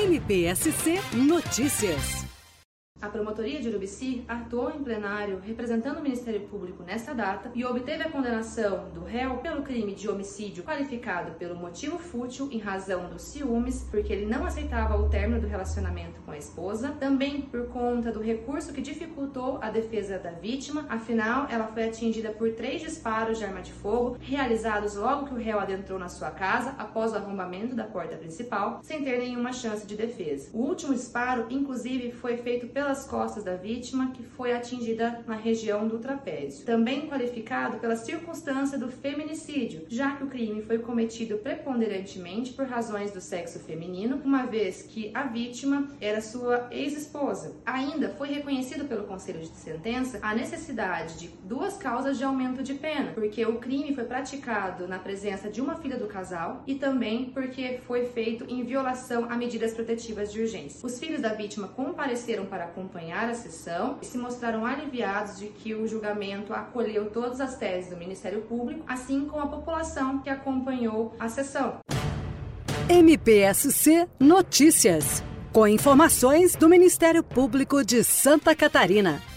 MPSC Notícias. A Promotoria de Urubici atuou em plenário representando o Ministério Público nesta data e obteve a condenação do réu pelo crime de homicídio qualificado pelo motivo fútil em razão dos ciúmes, porque ele não aceitava o término do relacionamento com a esposa, também por conta do recurso que dificultou a defesa da vítima, afinal ela foi atingida por 3 disparos de arma de fogo realizados logo que o réu adentrou na sua casa após o arrombamento da porta principal, sem ter nenhuma chance de defesa. O último disparo, inclusive, foi feito pelas costas da vítima, que foi atingida na região do trapézio. Também qualificado pela circunstância do feminicídio, já que o crime foi cometido preponderantemente por razões do sexo feminino, uma vez que a vítima era sua ex-esposa. Ainda foi reconhecido pelo Conselho de Sentença a necessidade de 2 causas de aumento de pena, porque o crime foi praticado na presença de uma filha do casal e também porque foi feito em violação a medidas protetivas de urgência. Os filhos da vítima compareceram para acompanhar a sessão e se mostraram aliviados de que o julgamento acolheu todas as teses do Ministério Público, assim como a população que acompanhou a sessão. MPSC Notícias, com informações do Ministério Público de Santa Catarina.